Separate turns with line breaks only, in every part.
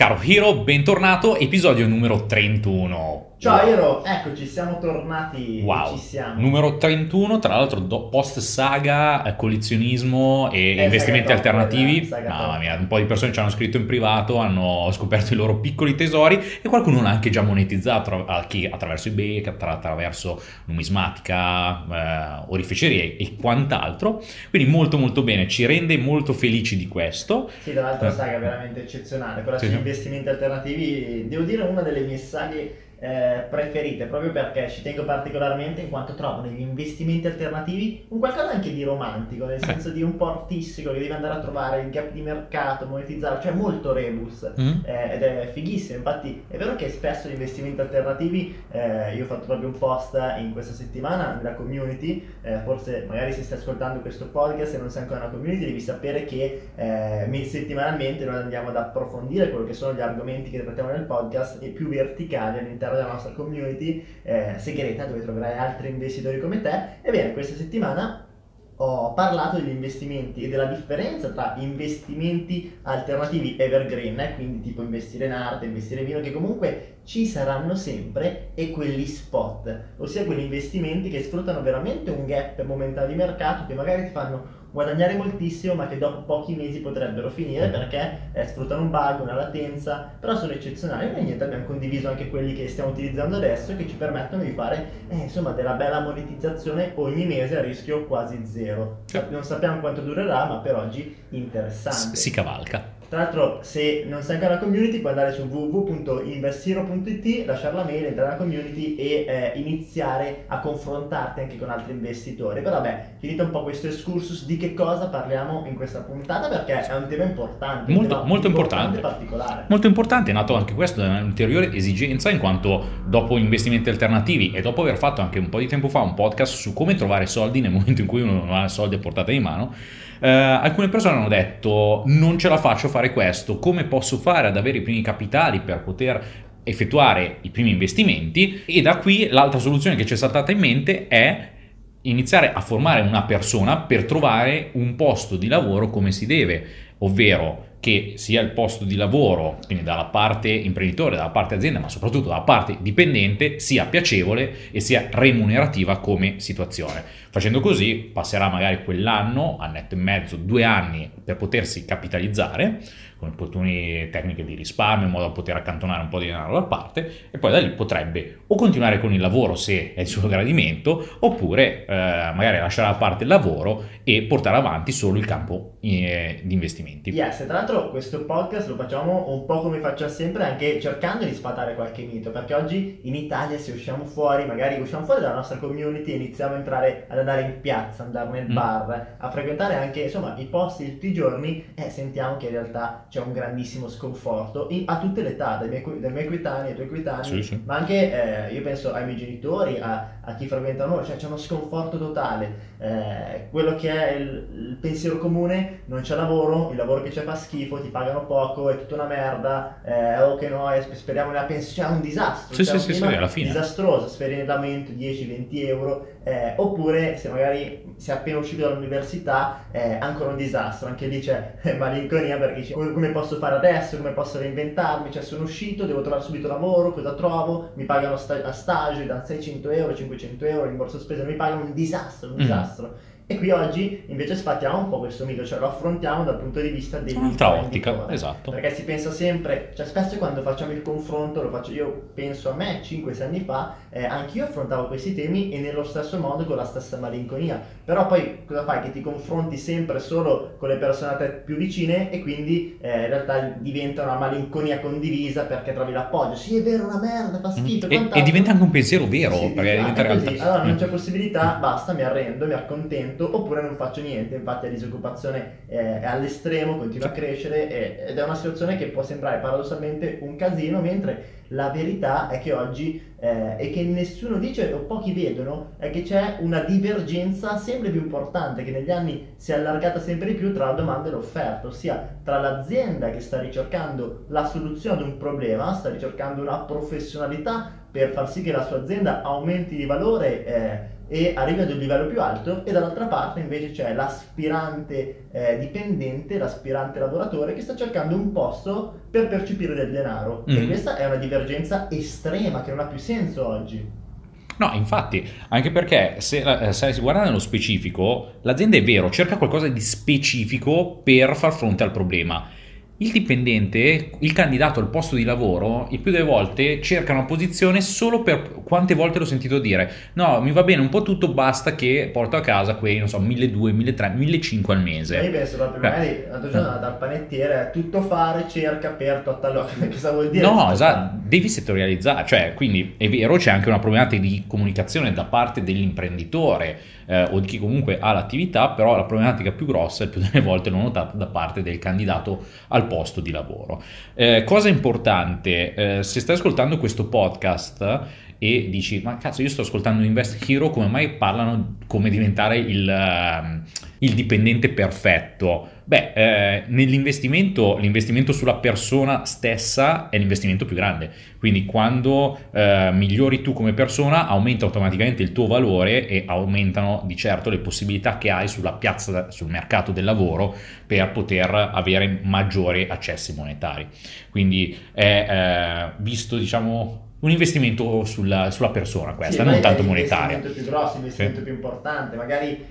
Caro Hiro, bentornato, episodio numero 31.
Ciao Iro, eccoci, siamo tornati e
Wow,
ci siamo.
numero 31, tra l'altro post saga, collezionismo e
Saga
investimenti
top quella,
alternativi.
saga
Mamma
top.
mia, un po' di persone ci hanno scritto in privato, hanno scoperto i loro piccoli tesori e qualcuno l'ha anche già monetizzato, chi attraverso eBay, che attraverso numismatica, oreficerie e quant'altro. Quindi molto molto bene, ci rende molto felici di questo.
Sì, tra l'altro saga veramente eccezionale, quella
Sì,
sugli
sì.
investimenti alternativi, devo dire una delle mie saghe preferite, proprio perché ci tengo particolarmente in quanto trovo negli investimenti alternativi un qualcosa anche di romantico, nel senso di un po' artistico, che devi andare a trovare il gap di mercato, monetizzare, cioè molto rebus,
Mm?
ed è fighissimo. Infatti è vero che spesso gli investimenti alternativi, io ho fatto proprio un post in questa settimana nella community, forse magari se stai ascoltando questo podcast e non sei ancora nella community devi sapere che settimanalmente noi andiamo ad approfondire quello che sono gli argomenti che trattiamo nel podcast e più verticali all'interno della nostra community segreta, dove troverai altri investitori come te. Ebbene, questa settimana ho parlato degli investimenti e della differenza tra investimenti alternativi evergreen, quindi tipo investire in arte, investire in vino, che comunque ci saranno sempre, e quelli spot, ossia quegli investimenti che sfruttano veramente un gap momentaneo di mercato, che magari ti fanno guadagnare moltissimo ma che dopo pochi mesi potrebbero finire perché sfruttano un bug, una latenza, però sono eccezionali. Noi niente, abbiamo condiviso anche quelli che stiamo utilizzando adesso e che ci permettono di fare insomma della bella monetizzazione ogni mese a rischio quasi zero. Non sappiamo quanto durerà, ma per oggi interessante.
Si cavalca.
Tra l'altro, se non sei ancora nella community, puoi andare su www.investiro.it, lasciare la mail, entrare nella community e iniziare a confrontarti anche con altri investitori. Però vabbè, finito un po' questo excursus, di che cosa parliamo in questa puntata, perché è un tema importante, un
Molto,
tema
molto
importante
importante.
e particolare.
Molto importante, è nato anche questo da un'ulteriore esigenza, in quanto dopo investimenti alternativi e dopo aver fatto anche un po' di tempo fa un podcast su come trovare soldi nel momento in cui uno non ha soldi a portata di mano, alcune persone hanno detto: non ce la faccio a fare questo, come posso fare ad avere i primi capitali per poter effettuare i primi investimenti? E da qui l'altra soluzione che ci è saltata in mente è iniziare a formare una persona per trovare un posto di lavoro come si deve, ovvero che sia il posto di lavoro, quindi dalla parte imprenditore, dalla parte azienda, ma soprattutto dalla parte dipendente, sia piacevole e sia remunerativa come situazione. Facendo così passerà magari quell'anno, annetto e mezzo, 2 anni per potersi capitalizzare con opportuni tecniche di risparmio in modo da poter accantonare un po' di denaro da parte, e poi da lì potrebbe o continuare con il lavoro se è il suo gradimento, oppure magari lasciare da parte il lavoro e portare avanti solo il campo di investimenti.
Yes, e tra l'altro questo podcast lo facciamo un po' come facciamo sempre, anche cercando di sfatare qualche mito, perché oggi in Italia, se usciamo fuori, magari usciamo fuori dalla nostra community e iniziamo ad andare in piazza, andare nel bar, a frequentare anche insomma i posti di tutti i giorni, sentiamo che in realtà c'è un grandissimo sconforto a tutte le età, dai miei coetanei ai tuoi coetanei,
Sì, sì.
ma anche io penso ai miei genitori, a chi frequenta noi, cioè c'è uno sconforto totale. Quello che è il pensiero comune: non c'è lavoro, il lavoro che c'è fa schifo, ti pagano poco, è tutta una merda, o che no, speriamo nella pensione, c'è un disastro,
Sì,
c'è
sì,
un
sì, sì,
clima
alla fine.
disastroso, speri nell'aumento 10-20 euro, oppure se magari sei appena uscito dall'università, ancora un disastro, anche lì c'è malinconia, perché dici come posso fare adesso, come posso reinventarmi, cioè sono uscito, devo trovare subito lavoro, cosa trovo, mi pagano a stage da 600 euro, 500 euro, rimborso spese, non mi pagano, un disastro, un disastro. E qui oggi invece sfattiamo un po' questo mito, cioè lo affrontiamo dal punto di vista
Un'altra ottica,
dell'imprenditore.
esatto.
Perché si pensa sempre, cioè spesso quando facciamo il confronto, lo faccio io, penso a me 5-6 anni fa, anch'io affrontavo questi temi e nello stesso modo, con la stessa malinconia. Però poi cosa fai? Che ti confronti sempre solo con le persone a te più vicine, e quindi in realtà diventa una malinconia condivisa, perché trovi l'appoggio. Sì, è vero, una merda, fa schifo
E diventa anche un pensiero vero,
sì,
perché diventa
è
realtà.
così. Allora non c'è possibilità, basta, mi arrendo, mi accontento, oppure non faccio niente. Infatti la disoccupazione è all'estremo, continua a crescere, ed è una situazione che può sembrare paradossalmente un casino, mentre la verità è che oggi, e che nessuno dice o pochi vedono, è che c'è una divergenza sempre più importante, che negli anni si è allargata sempre di più, tra la domanda e l'offerta, ossia tra l'azienda che sta ricercando la soluzione ad un problema, sta ricercando una professionalità per far sì che la sua azienda aumenti di valore, e arrivi ad un livello più alto, e dall'altra parte invece c'è l'aspirante dipendente, l'aspirante lavoratore che sta cercando un posto per percepire del denaro, e questa è una divergenza estrema che non ha più senso oggi.
No, infatti, anche perché se si guarda nello specifico, l'azienda è vero, cerca qualcosa di specifico per far fronte al problema. Il dipendente, il candidato al posto di lavoro, il più delle volte cerca una posizione solo per quante volte l'ho sentito dire: no, mi va bene un po' tutto, basta che porto a casa quei, non so, 1200, 1300, 1500 al
Ma
mese.
io penso proprio, magari l'altro giorno dal panettiere, tutto fare, cerca per tot all'ora, cosa vuol dire?
No,
tutto
esatto, devi settorializzare, cioè, quindi è vero, c'è anche una problematica di comunicazione da parte dell'imprenditore o di chi comunque ha l'attività, però la problematica più grossa, il più delle volte l'ho notata, da parte del candidato al posto di lavoro. Cosa importante, se stai ascoltando questo podcast e dici: ma cazzo, io sto ascoltando Invest Hero, come mai parlano come diventare il dipendente perfetto? Beh, l'investimento sulla persona stessa è l'investimento più grande, quindi quando migliori tu come persona, aumenta automaticamente il tuo valore e aumentano di certo le possibilità che hai sulla piazza, sul mercato del lavoro, per poter avere maggiori accessi monetari. Quindi è visto, diciamo, un investimento sulla persona, questa,
sì,
non tanto
è
monetaria.
l'investimento più grosso, l'investimento più importante. Magari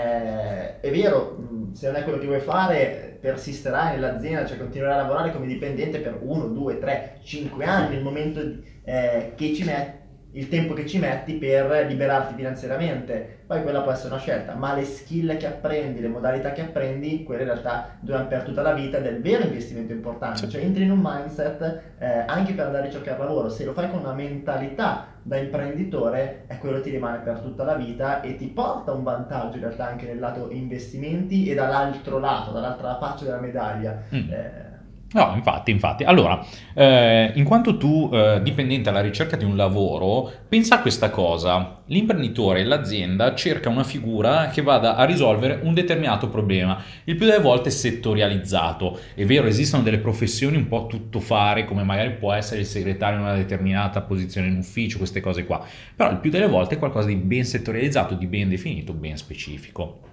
è vero, se non è quello che vuoi fare, persisterai nell'azienda, cioè continuerai a lavorare come dipendente per 1, 2, 3, 5 anni, il momento che ci metti, il tempo che ci metti per liberarti finanziariamente. Poi quella può essere una scelta, ma le skill che apprendi, le modalità che apprendi, quelle in realtà durano per tutta la vita, ed è il vero investimento importante. Cioè entri in un mindset anche per andare a cercare lavoro. Se lo fai con una mentalità da imprenditore, è quello che ti rimane per tutta la vita e ti porta un vantaggio in realtà anche nel lato investimenti, e dall'altro lato, dall'altra faccia della medaglia.
No, infatti. Allora, in quanto tu dipendente alla ricerca di un lavoro, pensa a questa cosa: l'imprenditore, l'azienda cerca una figura che vada a risolvere un determinato problema, il più delle volte settorializzato. È vero, esistono delle professioni un po' tuttofare, come magari può essere il segretario in una determinata posizione in ufficio, queste cose qua, però il più delle volte è qualcosa di ben settorializzato, di ben definito, ben specifico.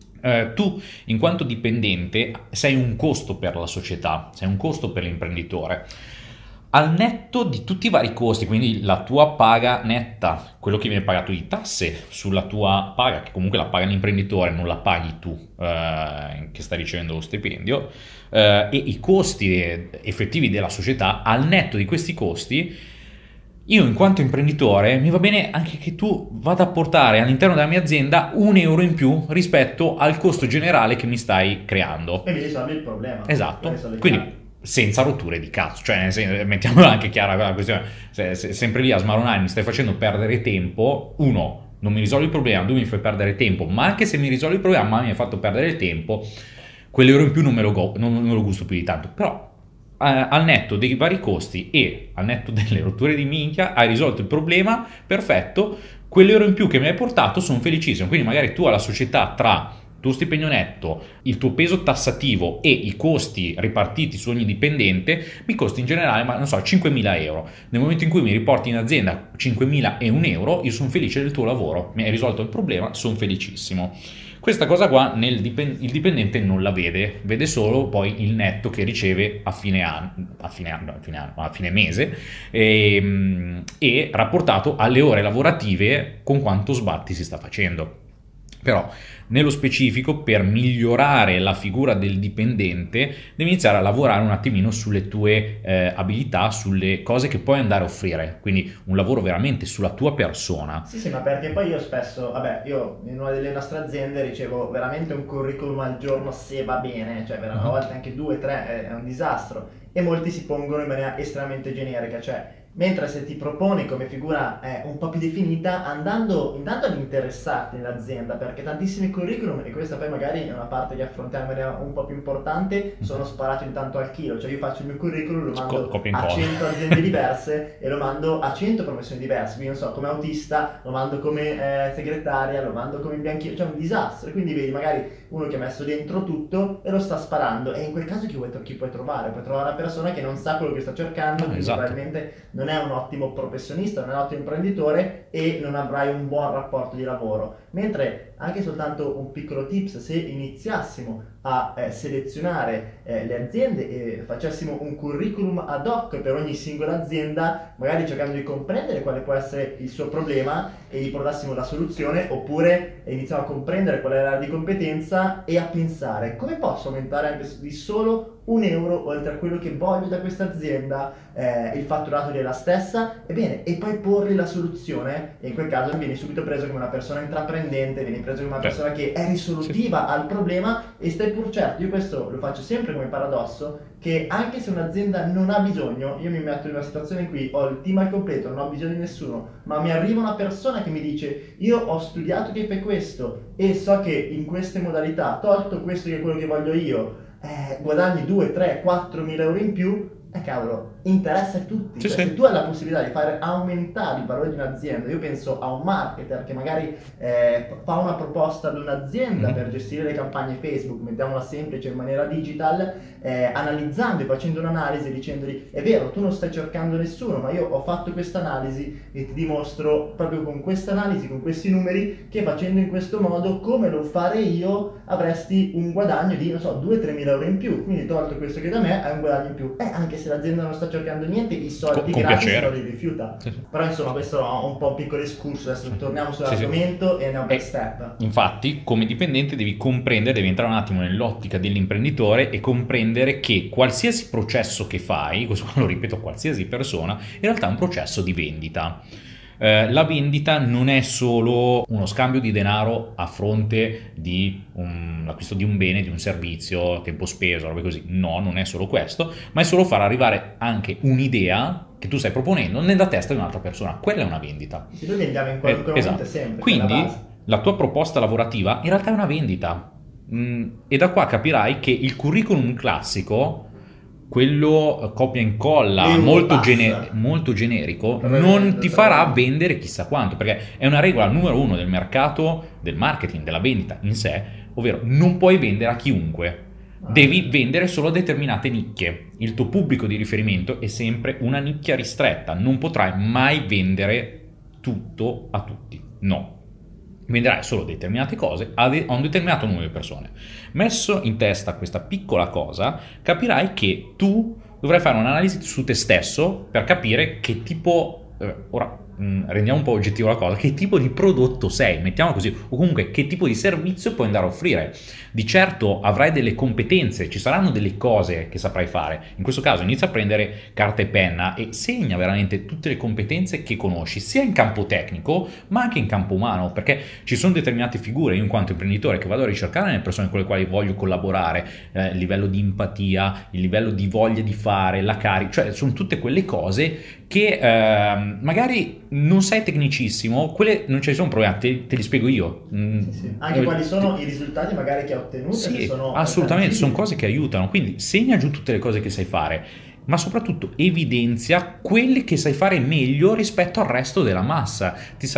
Tu, in quanto dipendente, sei un costo per la società, sei un costo per l'imprenditore. Al netto di tutti i vari costi, quindi la tua paga netta, quello che viene pagato di tasse sulla tua paga, che comunque la paga l'imprenditore, non la paghi tu che stai ricevendo lo stipendio, e i costi effettivi della società, al netto di questi costi, io in quanto imprenditore mi va bene anche che tu vada a portare all'interno della mia azienda €1 in più rispetto al costo generale che mi stai creando.
E mi risolvi il problema.
Esatto, quindi senza rotture di cazzo, cioè mettiamola anche chiara la questione: se sempre lì a smaronare mi stai facendo perdere tempo, uno, non mi risolvi il problema, due, mi fai perdere tempo, ma anche se mi risolvi il problema ma mi hai fatto perdere il tempo, quell'euro in più non me lo gusto più di tanto. Però al netto dei vari costi e al netto delle rotture di minchia hai risolto il problema, perfetto, quell'euro in più che mi hai portato sono felicissimo. Quindi magari tu alla società, tra tuo stipendio netto, il tuo peso tassativo e i costi ripartiti su ogni dipendente, mi costi in generale, ma non so, €5.000. Nel momento in cui mi riporti in azienda 5.001 €, io sono felice del tuo lavoro, mi hai risolto il problema, sono felicissimo. Questa cosa qua il dipendente non la vede solo poi il netto che riceve a fine mese, e rapportato alle ore lavorative con quanto sbatti si sta facendo. Però nello specifico, per migliorare la figura del dipendente, devi iniziare a lavorare un attimino sulle tue abilità, sulle cose che puoi andare a offrire, quindi un lavoro veramente sulla tua persona.
Sì, ma perché poi io spesso, io in una delle nostre aziende ricevo veramente un curriculum al giorno, se va bene, cioè a volte anche 2, 3, è un disastro, e molti si pongono in maniera estremamente generica, cioè mentre se ti proponi come figura un po' più definita, andando intanto ad interessarti nell'azienda, perché tantissimi curriculum, e questa poi magari è una parte che affrontiamo in maniera un po' più importante, sono sparati intanto al chilo. Cioè io faccio il mio curriculum, lo mando a 100 aziende diverse e lo mando a 100 professioni diverse, quindi non so, come autista lo mando come segretaria, lo mando come bianchiere, cioè un disastro. E quindi vedi magari uno che ha messo dentro tutto e lo sta sparando, e in quel caso chi puoi trovare? Puoi trovare una persona che non sa quello che sta cercando, quindi probabilmente non non è un ottimo professionista, non è un ottimo imprenditore e non avrai un buon rapporto di lavoro. Mentre anche soltanto un piccolo tips, se iniziassimo a selezionare le aziende e facessimo un curriculum ad hoc per ogni singola azienda, magari cercando di comprendere quale può essere il suo problema e gli portassimo la soluzione, oppure iniziamo a comprendere qual è l'area di competenza e a pensare come posso aumentare anche di solo €1 oltre a quello che voglio da questa azienda, il fatturato della stessa, ebbene, e poi porre la soluzione, e in quel caso vieni subito preso come una persona intraprendente, vieni preso come una persona che è risolutiva al problema, e stai pur certo, io questo lo faccio sempre come paradosso, che anche se un'azienda non ha bisogno, io mi metto in una situazione in cui ho il team al completo, non ho bisogno di nessuno, ma mi arriva una persona che mi dice io ho studiato che fai questo e so che in queste modalità, tolto questo che è quello che voglio io, guadagni 2, 3, 4 mila euro in più, cavolo, interessa a tutti.
Sì,
Cioè,
sì.
se tu hai la possibilità di fare aumentare il valore di un'azienda, io penso a un marketer che magari fa una proposta ad un'azienda per gestire le campagne Facebook, mettiamola semplice in maniera digital, analizzando e facendo un'analisi dicendogli è vero, tu non stai cercando nessuno, ma io ho fatto questa analisi e ti dimostro proprio con questa analisi, con questi numeri, che facendo in questo modo, come lo fare io, avresti un guadagno di, non so, 2-3 mila euro in più, quindi tolto questo che da me hai un guadagno in più, anche se l'azienda non sta cercando niente, i soldi
Con
gratis
piacere.
non li rifiuta.
Sì, sì.
Però insomma questo è un po' un piccolo escurso, adesso torniamo
Sì,
sull'argomento e andiamo per step.
Infatti, come dipendente devi comprendere, devi entrare un attimo nell'ottica dell'imprenditore e comprendere che qualsiasi processo che fai, questo qua lo ripeto, qualsiasi persona, in realtà è un processo di vendita. La vendita non è solo uno scambio di denaro a fronte di l'acquisto di un bene, di un servizio, tempo speso, robe così. No, non è solo questo, ma è solo far arrivare anche un'idea che tu stai proponendo nella testa di un'altra persona. Quella è una vendita.
Se noi vendiamo in qualunque momento sempre.
Quindi la tua proposta lavorativa in realtà è una vendita. E da qua capirai che il curriculum classico, quello copia e incolla, molto generico, non ti farà vendere chissà quanto, perché è una regola numero 1 del mercato, del marketing, della vendita in sé, ovvero non puoi vendere a chiunque. Devi vendere solo a determinate nicchie. Il tuo pubblico di riferimento è sempre una nicchia ristretta. Non potrai mai vendere tutto a tutti. No. Venderai solo determinate cose a un determinato numero di persone. Messo in testa questa piccola cosa, capirai che tu dovrai fare un'analisi su te stesso per capire che tipo... ora rendiamo un po' oggettivo la cosa, che tipo di prodotto sei, mettiamo così, o comunque che tipo di servizio puoi andare a offrire. Di certo avrai delle competenze, ci saranno delle cose che saprai fare. In questo caso inizia a prendere carta e penna e segna veramente tutte le competenze che conosci, sia in campo tecnico ma anche in campo umano, perché ci sono determinate figure, io in quanto imprenditore, che vado a ricercare nelle persone con le quali voglio collaborare, il livello di empatia, il livello di voglia di fare, la carica, cioè sono tutte quelle cose che magari non sei tecnicissimo, quelle non ci sono problemi, te li spiego io.
Sì. Anche quali sono i risultati magari che hai ottenuto?
Sì,
sono
assolutamente, sono cose che aiutano, quindi segna giù tutte le cose che sai fare, ma soprattutto evidenzia quelle che sai fare meglio rispetto al resto della massa.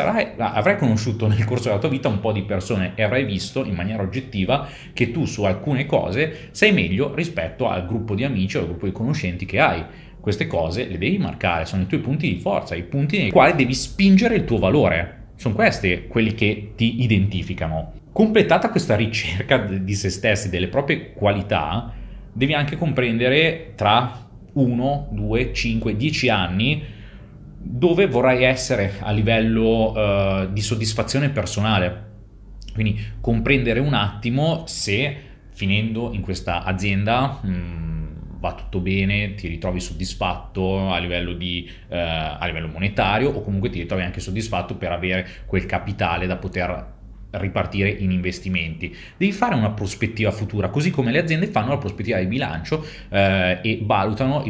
Avrai conosciuto nel corso della tua vita un po' di persone e avrai visto in maniera oggettiva che tu su alcune cose sei meglio rispetto al gruppo di amici o al gruppo di conoscenti che hai. Queste cose le devi marcare, sono i tuoi punti di forza, i punti nei quali devi spingere il tuo valore. Sono questi quelli che ti identificano. Completata questa ricerca di se stessi, delle proprie qualità, devi anche comprendere tra 1, 2, 5, 10 anni dove vorrai essere a livello di soddisfazione personale. Quindi comprendere un attimo se finendo in questa azienda va tutto bene, ti ritrovi soddisfatto a livello monetario, o comunque ti ritrovi anche soddisfatto per avere quel capitale da poter ripartire in investimenti. Devi fare una prospettiva futura, così come le aziende fanno la prospettiva di bilancio e valutano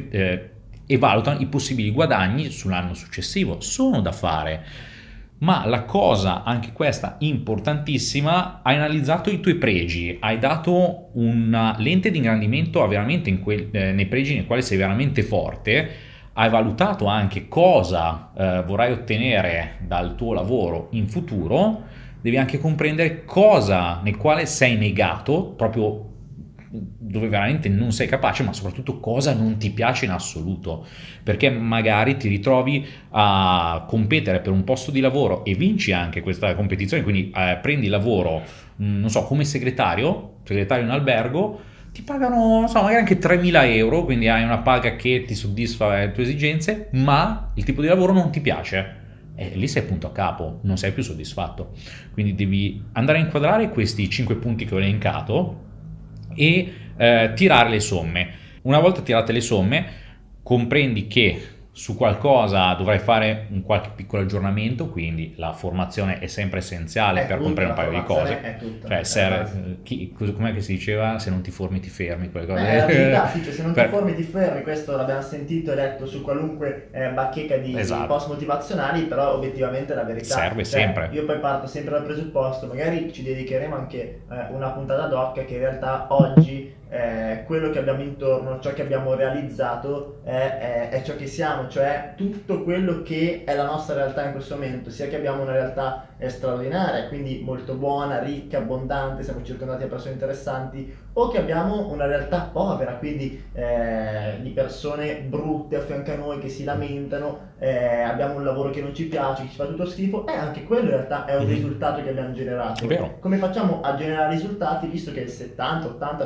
i possibili guadagni sull'anno successivo. Sono da fare. Ma la cosa, anche questa importantissima, hai analizzato i tuoi pregi, hai dato una lente di ingrandimento veramente nei pregi nei quali sei veramente forte, hai valutato anche cosa vorrai ottenere dal tuo lavoro in futuro, devi anche comprendere cosa nel quale sei negato, proprio dove veramente non sei capace, ma soprattutto cosa non ti piace in assoluto, perché magari ti ritrovi a competere per un posto di lavoro e vinci anche questa competizione, quindi prendi lavoro, non so, come segretario in albergo, ti pagano, non so, magari anche 3.000 euro, quindi hai una paga che ti soddisfa le tue esigenze, ma il tipo di lavoro non ti piace. E lì sei punto a capo, non sei più soddisfatto. Quindi devi andare a inquadrare questi 5 punti che ho elencato e tirare le somme. Una volta tirate le somme, comprendi che su qualcosa dovrai fare un qualche piccolo aggiornamento, quindi la formazione è sempre essenziale per comprendere un paio di cose. Com'è che si diceva? Se non ti formi ti fermi, quelle cose.
Sì, se non ti formi ti fermi, questo l'abbiamo sentito e letto su qualunque bacheca di post motivazionali, però obiettivamente la verità
serve sempre.
Io poi parto sempre dal presupposto, magari ci dedicheremo anche una puntata doc, che in realtà oggi quello che abbiamo intorno, ciò che abbiamo realizzato è ciò che siamo, cioè tutto quello che è la nostra realtà in questo momento, sia che abbiamo una realtà straordinaria, quindi molto buona, ricca, abbondante, siamo circondati da persone interessanti, o che abbiamo una realtà povera, quindi di persone brutte a fianco a noi che si lamentano, abbiamo un lavoro che non ci piace, che ci fa tutto schifo, e anche quello in realtà è un risultato che abbiamo generato. Come facciamo a generare risultati, visto che il 70, 80,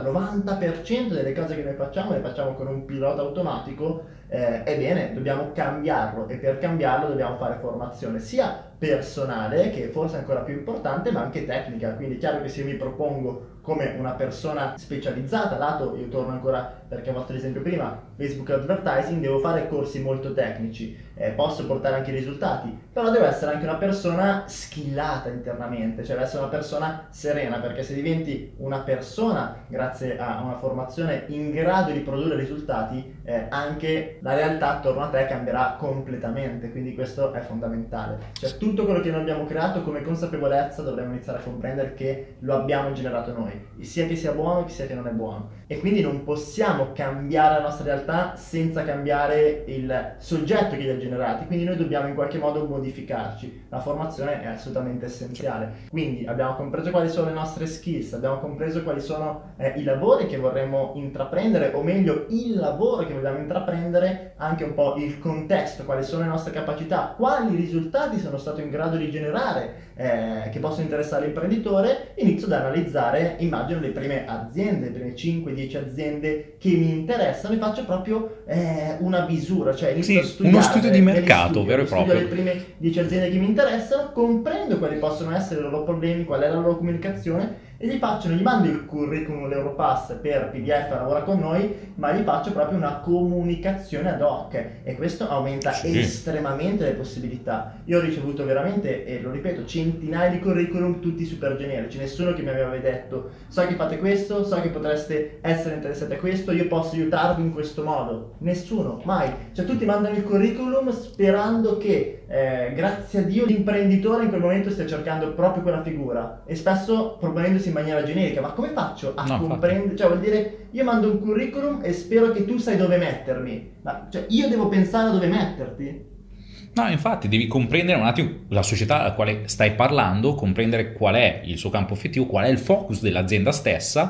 90% delle cose che noi facciamo le facciamo con un pilota automatico? Ebbene, dobbiamo cambiarlo, e per cambiarlo dobbiamo fare formazione sia personale, che forse è ancora più importante, ma anche tecnica. Quindi è chiaro che se io mi propongo come una persona specializzata, lato, io torno ancora perché ho fatto l'esempio prima, Facebook Advertising, devo fare corsi molto tecnici, posso portare anche i risultati, però devo essere anche una persona skillata internamente, cioè deve essere una persona serena, perché se diventi una persona grazie a una formazione in grado di produrre risultati, anche la realtà attorno a te cambierà completamente, quindi questo è fondamentale. Cioè tutto quello che noi abbiamo creato come consapevolezza dovremmo iniziare a comprendere che lo abbiamo generato noi, sia che sia buono che sia che non è buono, e quindi non possiamo cambiare la nostra realtà senza cambiare il soggetto che li ha generati, quindi noi dobbiamo in qualche modo modificarci. La formazione è assolutamente essenziale, quindi abbiamo compreso quali sono le nostre skills, abbiamo compreso quali sono i lavori che vorremmo intraprendere, o meglio il lavoro che vogliamo intraprendere, anche un po' il contesto, quali sono le nostre capacità, quali risultati sono stato in grado di generare che possono interessare l'imprenditore. Inizio ad analizzare, immagino, le prime aziende, le prime 5-10 aziende che mi interessano, e faccio proprio una visura, cioè inizio a studiare
uno studio di mercato vero e proprio.
Studio le prime 10 aziende che mi interessano, comprendo quali possono essere i loro problemi, qual è la loro comunicazione, e gli mando il curriculum, l'Europass per PDF a lavora con noi, ma gli faccio proprio una comunicazione ad hoc, e questo aumenta estremamente le possibilità. Io ho ricevuto veramente, e lo ripeto, centinaia di curriculum, tutti super generici, nessuno che mi aveva detto so che fate questo, so che potreste essere interessati a questo, io posso aiutarvi in questo modo. Nessuno, mai. Cioè tutti mandano il curriculum sperando che grazie a Dio l'imprenditore in quel momento stia cercando proprio quella figura, e spesso proponendosi in maniera generica. Ma come faccio a comprendere? Cioè vuol dire, io mando un curriculum e spero che tu sai dove mettermi, ma cioè io devo pensare a dove metterti?
No, infatti devi comprendere un attimo la società alla quale stai parlando, comprendere qual è il suo campo effettivo, qual è il focus dell'azienda stessa.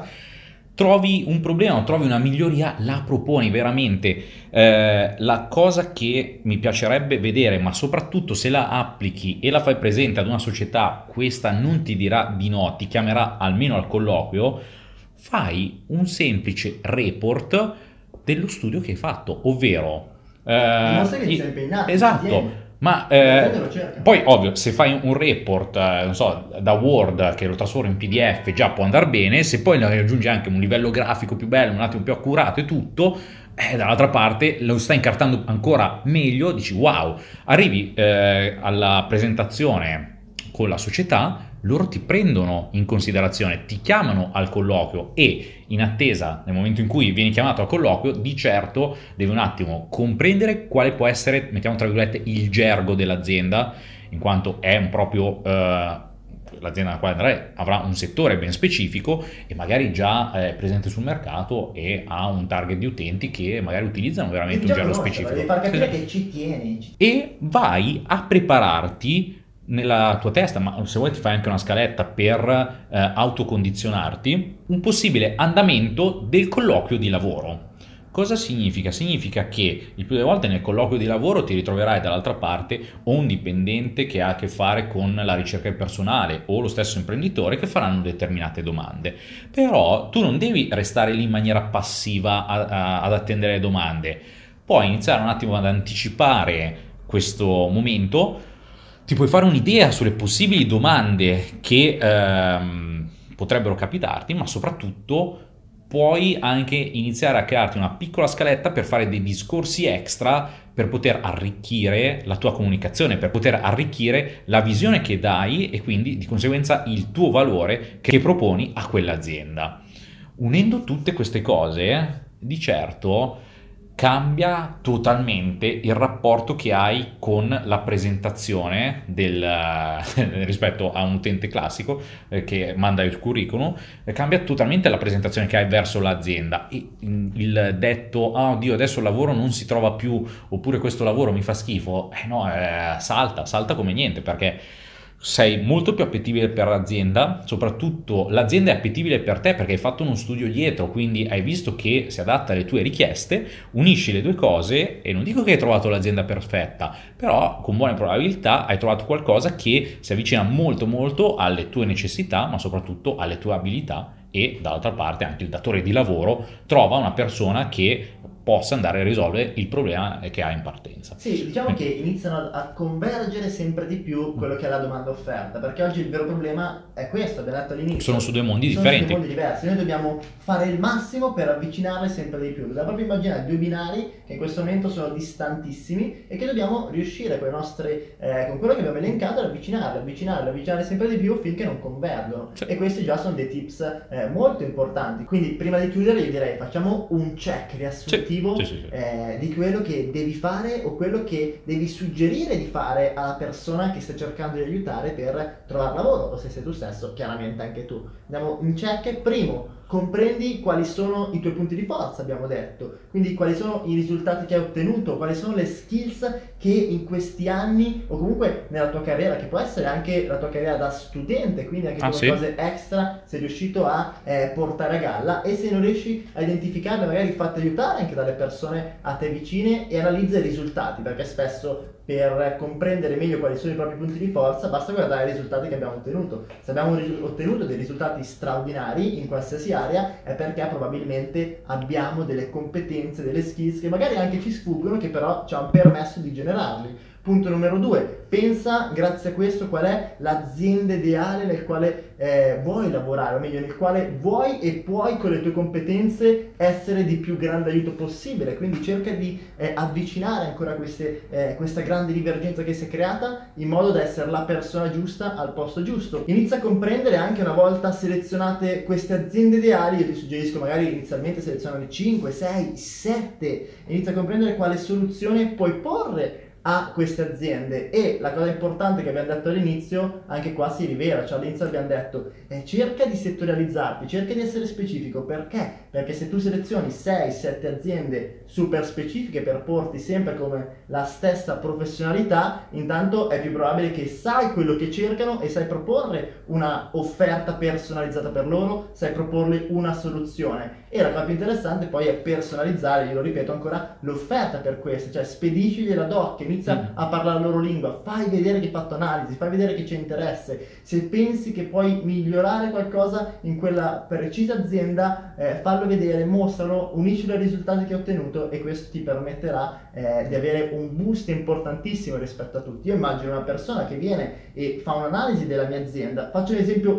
Trovi un problema, trovi una miglioria, la proponi veramente. La cosa che mi piacerebbe vedere, ma soprattutto se la applichi e la fai presente ad una società, questa non ti dirà di no, ti chiamerà almeno al colloquio, fai un semplice report dello studio che hai fatto, ovvero
dimostra che ti sei impegnato.
Esatto. Ma poi ovvio, se fai un report non so, da Word che lo trasformi in PDF già può andare bene, se poi ne aggiungi anche un livello grafico più bello, un attimo più accurato e tutto, dall'altra parte lo stai incartando ancora meglio, dici wow, arrivi alla presentazione con la società, loro ti prendono in considerazione, ti chiamano al colloquio, e in attesa, nel momento in cui vieni chiamato al colloquio, di certo devi un attimo comprendere quale può essere, mettiamo tra virgolette, il gergo dell'azienda, in quanto è un proprio l'azienda alla quale andrai avrà un settore ben specifico e magari già presente sul mercato e ha un target di utenti che magari utilizzano veramente un gergo specifico.
Devi far capire che ci tieni.
E vai a prepararti nella tua testa, ma se vuoi ti fai anche una scaletta per autocondizionarti, un possibile andamento del colloquio di lavoro. Cosa significa? Significa che il più delle volte nel colloquio di lavoro ti ritroverai dall'altra parte o un dipendente che ha a che fare con la ricerca del personale o lo stesso imprenditore che faranno determinate domande. Però tu non devi restare lì in maniera passiva ad attendere le domande. Puoi iniziare un attimo ad anticipare questo momento, ti puoi fare un'idea sulle possibili domande che potrebbero capitarti, ma soprattutto puoi anche iniziare a crearti una piccola scaletta per fare dei discorsi extra per poter arricchire la tua comunicazione, per poter arricchire la visione che dai e quindi di conseguenza il tuo valore che proponi a quell'azienda. Unendo tutte queste cose, di certo cambia totalmente il rapporto che hai con la presentazione rispetto a un utente classico che manda il curriculum, cambia totalmente la presentazione che hai verso l'azienda. E il detto, oh oddio, adesso il lavoro non si trova più, oppure questo lavoro mi fa schifo, no, salta come niente, perché sei molto più appetibile per l'azienda, soprattutto l'azienda è appetibile per te perché hai fatto uno studio dietro, quindi hai visto che si adatta alle tue richieste, unisci le due cose e non dico che hai trovato l'azienda perfetta, però con buone probabilità hai trovato qualcosa che si avvicina molto molto alle tue necessità, ma soprattutto alle tue abilità, e dall'altra parte anche il datore di lavoro trova una persona che possa andare a risolvere il problema che ha in partenza.
Sì, diciamo che iniziano a convergere sempre di più quello che è la domanda offerta, perché oggi il vero problema è questo, abbiamo detto all'inizio.
Sono su due mondi
Sono
differenti.
su due mondi diversi, noi dobbiamo fare il massimo per avvicinarle sempre di più. Dobbiamo proprio immaginare due binari che in questo momento sono distantissimi e che dobbiamo riuscire con con quello che abbiamo elencato ad avvicinarle sempre di più finché non convergono.
Sì.
E questi già sono dei tips molto importanti. Quindi prima di chiudere io direi facciamo un check riassuntivo
Sì.
di quello che devi fare o quello che devi suggerire di fare alla persona che stai cercando di aiutare per trovare lavoro, o se sei tu stesso, chiaramente anche tu. Andiamo in check. Primo, comprendi quali sono i tuoi punti di forza, abbiamo detto, quindi quali sono i risultati che hai ottenuto, quali sono le skills che in questi anni o comunque nella tua carriera, che può essere anche la tua carriera da studente, quindi anche come cose extra sei riuscito a portare a galla, e se non riesci a identificarle magari fatti aiutare anche dalle persone a te vicine e analizza i risultati, perché spesso per comprendere meglio quali sono i propri punti di forza basta guardare i risultati che abbiamo ottenuto. Se abbiamo ottenuto dei risultati straordinari in qualsiasi area è perché probabilmente abbiamo delle competenze, delle skills che magari anche ci sfuggono, che però ci hanno permesso di generarli. Punto numero 2, pensa grazie a questo qual è l'azienda ideale nel quale vuoi lavorare, o meglio nel quale vuoi e puoi con le tue competenze essere di più grande aiuto possibile, quindi cerca di avvicinare ancora questa grande divergenza che si è creata in modo da essere la persona giusta al posto giusto. Inizia a comprendere anche, una volta selezionate queste aziende ideali, io ti suggerisco magari inizialmente selezionare 5, 6, 7, inizia a comprendere quale soluzione puoi porre a queste aziende. E la cosa importante che abbiamo detto all'inizio, anche qua si rivela, cioè all'inizio abbiamo detto cerca di settorializzarti, cerca di essere specifico. Perché? Perché se tu selezioni 6-7 aziende super specifiche per porti sempre come la stessa professionalità, intanto è più probabile che sai quello che cercano e sai proporre una offerta personalizzata per loro, sai proporle una soluzione. E la cosa più interessante poi è personalizzare, io lo ripeto ancora, l'offerta per queste, cioè spediscigliela doc, inizia a parlare la loro lingua, fai vedere che hai fatto analisi, fai vedere che c'è interesse. Se pensi che puoi migliorare qualcosa in quella precisa azienda, fallo vedere, mostralo, uniscilo ai risultati che hai ottenuto, e questo ti permetterà di avere un boost importantissimo rispetto a tutti. Io immagino una persona che viene e fa un'analisi della mia azienda. Faccio un esempio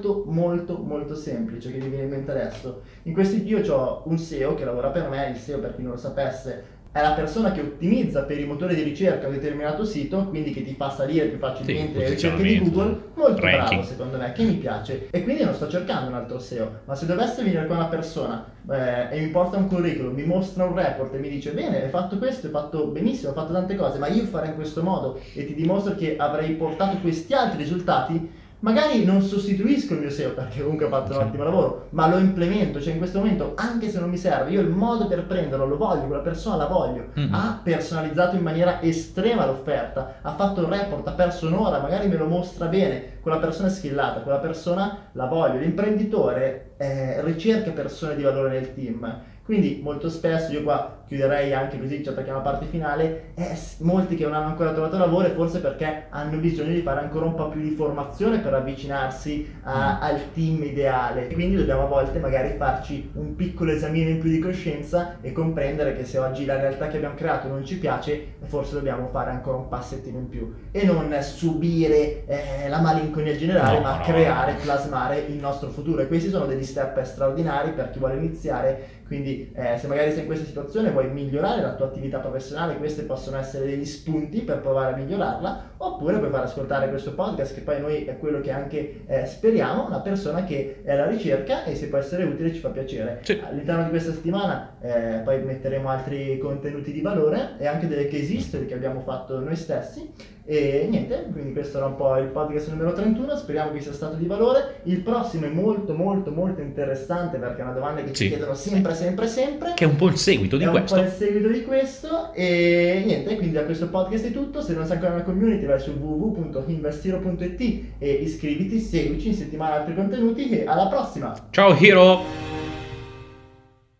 molto semplice che mi viene in mente adesso. In questi io ho un SEO che lavora per me. Il SEO, per chi non lo sapesse, è la persona che ottimizza per i motori di ricerca un determinato sito, quindi che ti fa salire più facilmente le ricerche di Google. Molto bravo secondo me, che mi piace, e quindi non sto cercando un altro SEO. Ma se dovesse venire qua una persona e mi porta un curriculum, mi mostra un report e mi dice bene, hai fatto questo, hai fatto benissimo, hai fatto tante cose, ma io farei in questo modo, e ti dimostro che avrei portato questi altri risultati, magari non sostituisco il mio SEO perché comunque ho fatto un ottimo lavoro, ma lo implemento, cioè in questo momento anche se non mi serve, io il modo per prenderlo lo voglio, quella persona la voglio, ha personalizzato in maniera estrema l'offerta, ha fatto il report, ha perso un'ora, magari me lo mostra bene, quella persona è skillata, quella persona la voglio. L'imprenditore ricerca persone di valore nel team. Quindi molto spesso, io qua chiuderei anche così, ci attacchiamo alla parte finale, molti che non hanno ancora trovato lavoro forse perché hanno bisogno di fare ancora un po' più di formazione per avvicinarsi al team ideale. Quindi dobbiamo a volte magari farci un piccolo esamino in più di coscienza e comprendere che se oggi la realtà che abbiamo creato non ci piace, forse dobbiamo fare ancora un passettino in più e non subire la malinconia generale, ma creare, plasmare il nostro futuro. E questi sono degli step straordinari per chi vuole iniziare. Quindi se magari sei in questa situazione, vuoi migliorare la tua attività professionale, questi possono essere degli spunti per provare a migliorarla, oppure puoi far ascoltare questo podcast, che poi noi è quello che anche speriamo, una persona che è alla ricerca, e se può essere utile ci fa piacere.
Sì.
All'interno di questa settimana poi metteremo altri contenuti di valore e anche delle case history che abbiamo fatto noi stessi. E niente, quindi questo era un po' il podcast numero 31, speriamo che sia stato di valore. Il prossimo è molto molto molto interessante perché è una domanda che ci chiedono sempre.
Che è un po' il seguito di questo.
È un po' il seguito di questo e niente, quindi da questo podcast è tutto. Se non sei ancora nella community vai su www.investiro.it e iscriviti, seguici, in settimana altri contenuti e alla prossima!
Ciao Hiro!